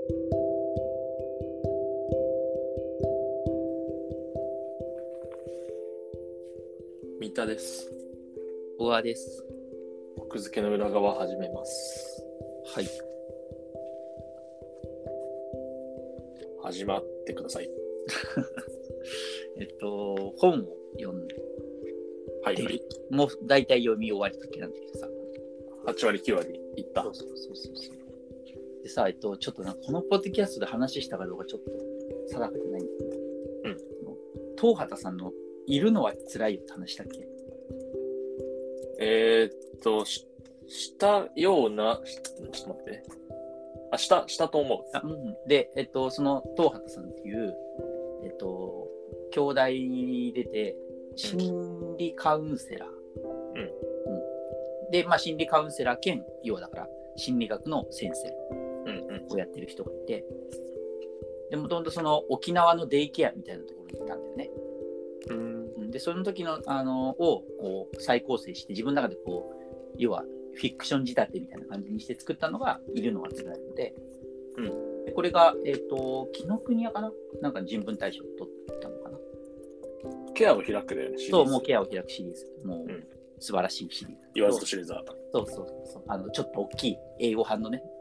三田です。 小川です。 奥付けの裏側始めます。 はい。 始まってください。 本を読んで、 はい、はい。 もう大体読み終わりかけなんだけどさ。 8割、9割いった。 そう。でさ、ちょっとこのポッドキャストで話したかどうかちょっと定かじゃないんだけど、東畑さんのいるのは辛いよって話したっけ？ したような、ちょっと待ってね。したと思う。で、その東畑さんっていう、兄弟出て、心理カウンセラー。で、心理カウンセラー兼、要はだから、心理学の先生をやってる人がいて、で、もともとその沖縄のデイケアみたいなところにいたんだよね。で、その時の、をこう再構成して、自分の中でこう、要はフィクション仕立てみたいな感じにして作ったのが、いるのが辛いので、でこれが、紀ノ国屋かな、なんか人文大賞を取ったのかな。 ケアを開くだよね、 そう、もうケアを開くシリーズ。もう、素晴らしいシリーズ。 言わずと知れざ。 そう。ちょっと大きい英語版のね。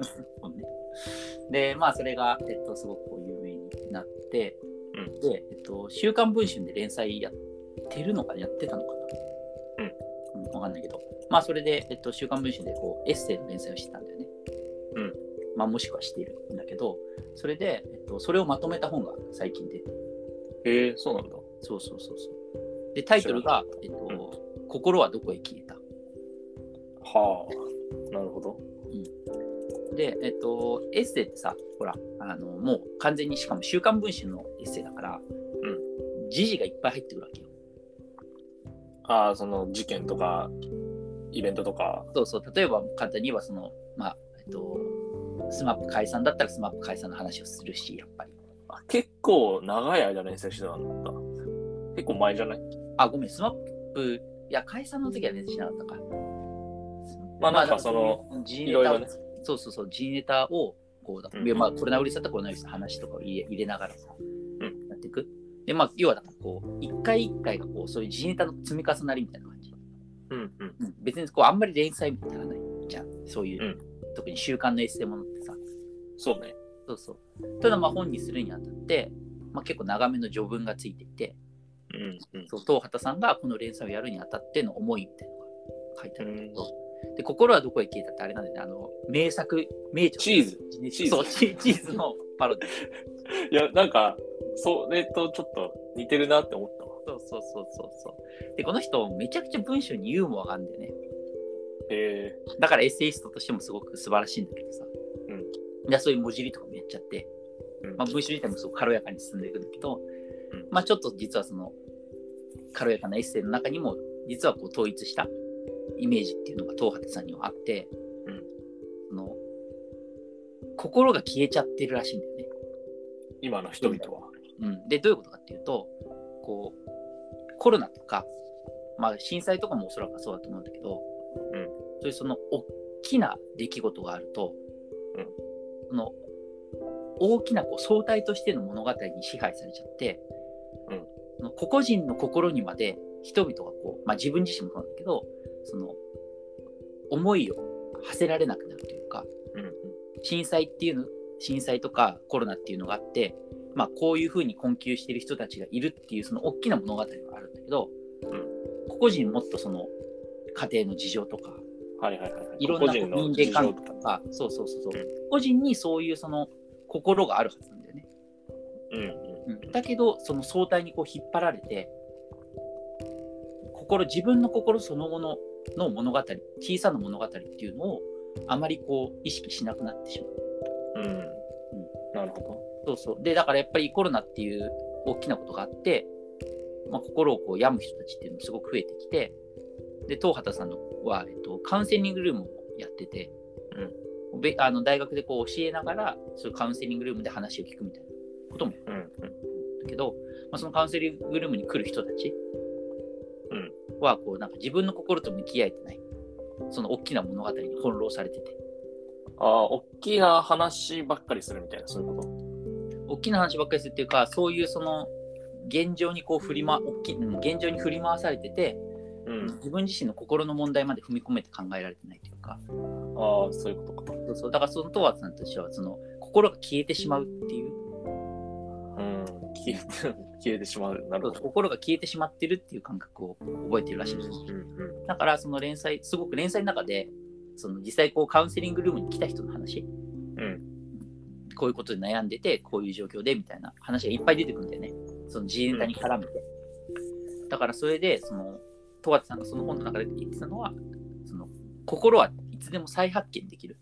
で、それが、すごくこう有名になって、で、週刊文春で連載やってるのかな、やってたのかな。わかんないけど。それで、週刊文春でこうエッセイの連載をしてたんだよね。もしくはしているんだけど、それで、それをまとめた本が最近出て。 そうなんだ。 そう。で、タイトルが、心はどこへ消えた。 はあ、なるほど。 で、エッセイってさ、ほら、もう完全にしかも週刊文春のエッセイだから、時事がいっぱい入ってくるわけよ。 その事件とか、イベントとか。 そう。例えば簡単に言えば、その、スマップ解散だったらスマップ解散の話をするし、やっぱり。 結構長い間連載してたんだ。結構前じゃない？ ごめん、スマップ、いや、解散の時は連載しなかったか。 なんかその、いろいろね。 そう、G ネタを、こう、コロナウイルスだったらコロナウイルスの話とかを入れながらさ、やっていく。で、要は、こう、一回一回がこう、そういう G ネタの積み重なりみたいな感じ。別にこう、あんまり連載みたいなのないじゃん。そういう、特に週刊のエッセイものってさ。 そうね。 そう。ただ本にするにあたって、結構長めの序文がついていて、東畑さんがこの連載をやるにあたっての思いみたいなのが書いてあるんだけど、で、心はどこへ消えたってあれなんでね、名作、名著。 チーズ。 そう、チーズのパロディ。 いや、なんか、それとちょっと似てるなって思ったわ。 そう。で、この人、めちゃくちゃ文章にユーモアがあるんだよね。だからエッセイストとしてもすごく素晴らしいんだけどさ。で、そういう文字りとかもやっちゃって、文章自体もすごく軽やかに進んでいくんだけど、ちょっと実はその、軽やかなエッセイの中にも、実はこう統一したイメージっていうのが東畑さんにはあって、その心が消えちゃってるらしいんだよね。 今の人々は。 で、どういうことかっていうと、こうコロナとか、震災とかもおそらくそうだと思うんだけど、そういうその大きな出来事があると、その大きなこう相対としての物語に支配されちゃって、その個々人の心にまで人々がこう、自分自身もそうなんだけど、その思いを馳せられなくなるというか、震災とかコロナっていうのがあって、こういうふうに困窮している人たちがいるっていうその大きな物語があるんだけど、個々人もっとその家庭の事情とか、いろんな人間関係とか、そう、個人にそういうその心があるはずなんだよね。だけどその相対にこう引っ張られて、自分の心そのものの物語、小さな物語っていうのをあまりこう意識しなくなってしまう。 なるほど。そう。で、だからやっぱりコロナっていう大きなことがあって、心をこう病む人たちっていうのもすごく増えてきて、で、東畑さんのは、カウンセリングルームをやってて、大学でこう教えながら、そういうカウンセリングルームで話を聞くみたいなこともやるんだけど、そのカウンセリングルームに来る人たちはこうなんか自分の心と向き合えてない、その大きな物語に翻弄されてて、 大きな話ばっかりするみたいな、そういうこ大きな話ばっかりするっていうか、そういうその現状にこう現状に振り回されてて、自分自身の心の問題まで踏み込めて考えられてないというか。 そういうことか。 そうそう、だからそのトワさんとしてはその心が消えてしまうっていう。 消えてしまう。なるほど。 心が消えてしまってるっていう感覚を覚えてるらしいです。だからそのすごく連載の中で、その実際こうカウンセリングルームに来た人の話、こういうことで悩んでて、こういう状況でみたいな話がいっぱい出てくるんだよね。その G ネタに絡めて。だからそれで、その戸畑さんがその本の中で言ってたのは、その心はいつでも再発見できる。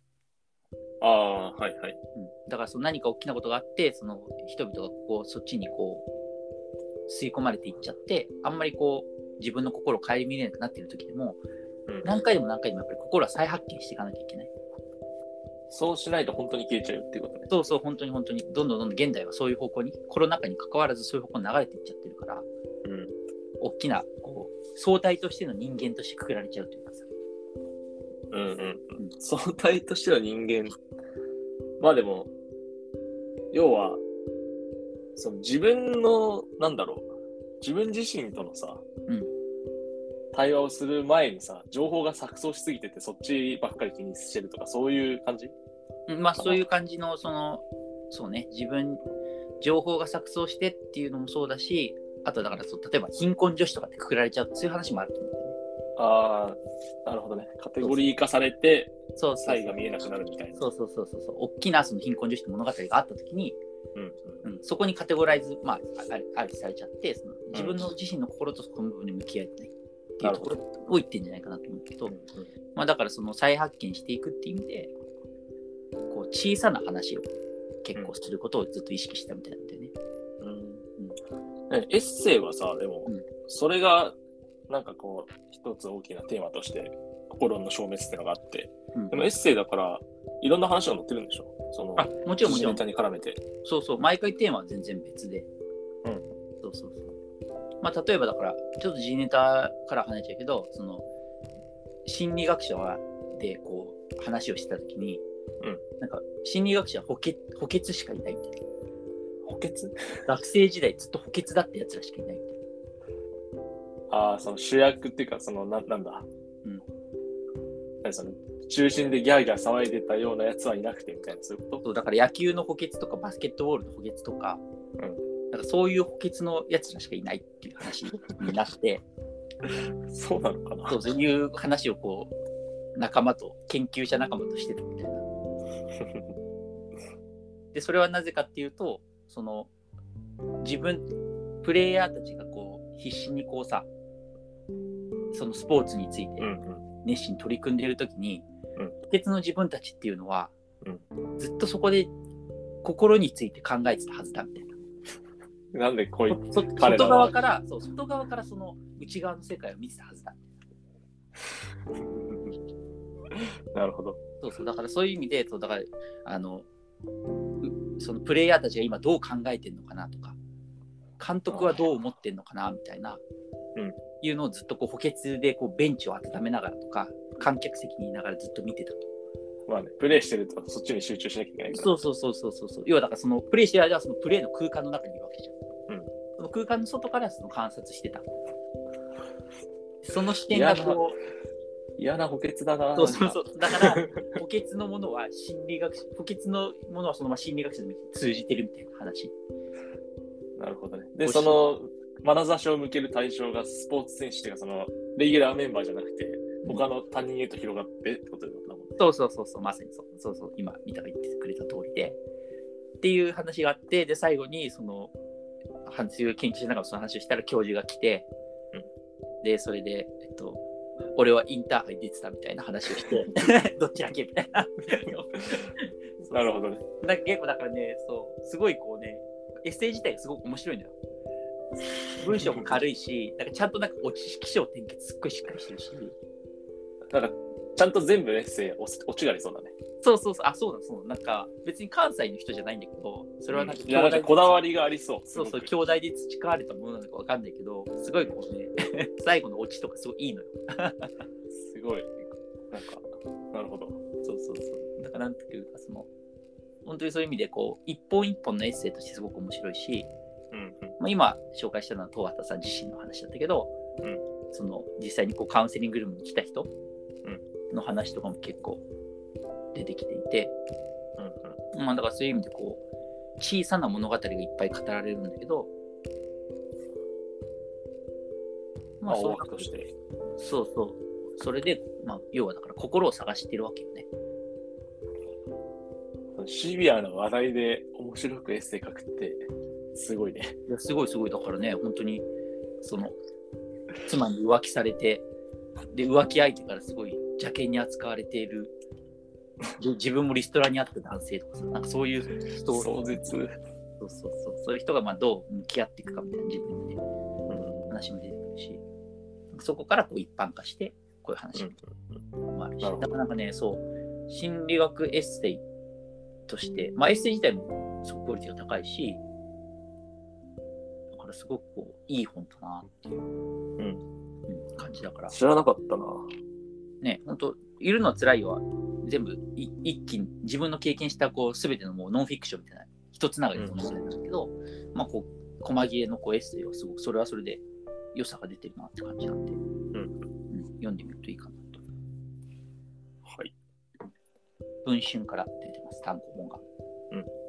はいはい。 だからその何か大きなことがあって、その人々がそっちにこう吸い込まれていっちゃって、あんまりこう自分の心を顧みれなくなっている時でも、何回でも何回でもやっぱり心は再発見していかなきゃいけない。 そうしないと本当に消えちゃうっていうことね。 そうそう、本当にどんどん現代はそういう方向に、コロナ禍に関わらずそういう方向に流れていっちゃってるから、大きなこう相対としての人間としてくくられちゃうというかさ。 相対としての人間。まあでも、要は、その自分の、自分自身とのさ、対話をする前にさ、情報が錯綜しすぎてて、そっちばっかり気にしてるとか、そういう感じ？ まあそういう感じの、そうね、情報が錯綜してっていうのもそうだし、あとだから例えば貧困女子とかってくくられちゃう、そういう話もあると思うんだよね。 なるほどね。カテゴリー化されて、差異が見えなくなるみたいな。 そう。大きなその貧困女子の物語があったときに、そこにカテゴライズ、ありされちゃって、その自分の自身の心とその部分に向き合えてないっていうところを言ってんじゃないかなと思うけど、だからその再発見していくっていう意味で、こう小さな話を結構することをずっと意識したみたいなんだよね。 エッセイはさ、でも、それがなんかこう一つ大きなテーマとして心の消滅ってのがあって、でもエッセイだからいろんな話が載ってるんでしょ？そのもちろんネタに絡めて。 そう毎回テーマは全然別で。例えばだからちょっと G ネタから離れちゃうけど、その心理学者でこう話をしてたときに、なんか心理学者は補欠しかいないみたいな。 補欠？ 学生時代ずっと補欠だったやつらしかいないみたいな。その主役っていうか、そのなんだ。その中心でギャーギャー騒いでたようなやつはいなくてみたいな、そういうこと？ そうだから野球の補欠とかバスケットボールの補欠とか、なんかそういう補欠のやつらしかいないっていう話になってそうなのかな。 そういう話をこう研究者仲間としてたみたいな。でそれはなぜかっていうと、そのプレイヤーたちがこう必死にこうさ、そのスポーツについて熱心に取り組んでいるときに、補欠の自分たちっていうのは、ずっとそこで心について考えてたはずだみたいな。 なんでこういう外側からその内側の世界を見てたはずだ。 なるほど。 そうだからそういう意味で、だからそのプレイヤーたちが今どう考えてるのかなとか、監督はどう思ってるのかなみたいな、いうのをずっとこう補欠でこうベンチを温めながらとか、観客席にいながらずっと見てたと。 プレイしてるとそっちに集中しなきゃいけないから。 そう。要はだからそのプレイしてる間はそのプレイの空間の中にいるわけじゃん。その空間の外からその観察してた。その視点がこう嫌な補欠だな。 そうだから補欠のものは補欠のものはそのまま心理学者に通じてるみたいな話。 なるほどね。でその眼差しを向ける対象がスポーツ選手っていうか、そのレギュラーメンバーじゃなくて他の他人へと広がってってことだもんね。 そうまさにそう今見たが言ってくれた通りでっていう話があって、で最後にその研究しながらその話をしたら教授が来て、でそれで俺はインターハイ出てたみたいな話をしてどっちだっけみたいななるほどね。 結構だからね、すごいこうね、エッセイ自体がすごく面白いんだよ。文章も軽いし、ちゃんと起承転結すっごいしっかりしてるし、 ちゃんと全部エッセイオチがありそうだね。 そう別に関西の人じゃないんだけど、それはこだわりがありそう。 兄弟で培われたものなのかわかんないけど、すごいこうね最後のオチとかすごいいいのよ。 すごいなるほど。 そうそうそう。だからなんていうか、本当にそういう意味で、こう、一本一本のエッセイとしてすごく面白いし、まあ、今紹介したのは東畑さん自身の話だったけど、実際にこうカウンセリングルームに来た人の話とかも結構出てきていて、まあ、だからそういう意味でこう小さな物語がいっぱい語られるんだけど、 まあ大枠として、 そうそう、それで、まあ、要はだから心を探してるわけよね。 シビアな話題で面白くエッセイ書くってすごいね。 いやすごいすごい。だからね、本当に妻に浮気されて、で浮気相手からすごい邪険に扱われている、で自分もリストラにあった男性とかさ、なんかそういう人、 壮絶。 そういう人がまあどう向き合っていくかみたいな自分で、話も出てくるし、そこからこう一般化してこういう話もあるし、だからなんかね、そう心理学エッセイとして、まあエッセイ自体もすごくクオリティが高いし、だからすごくこういい本だなっていう、感じだから。 知らなかったな。 ね、本当いるのは辛いよ。全部一気に自分の経験したこう全てのもうノンフィクションみたいな一つながりのものなんだけど、まあこう細切れのこうエッセイはすごくそれはそれで良さが出てるなって感じなんで、読んでみるといいかなと。 はい。 文春から出てます、単行本が。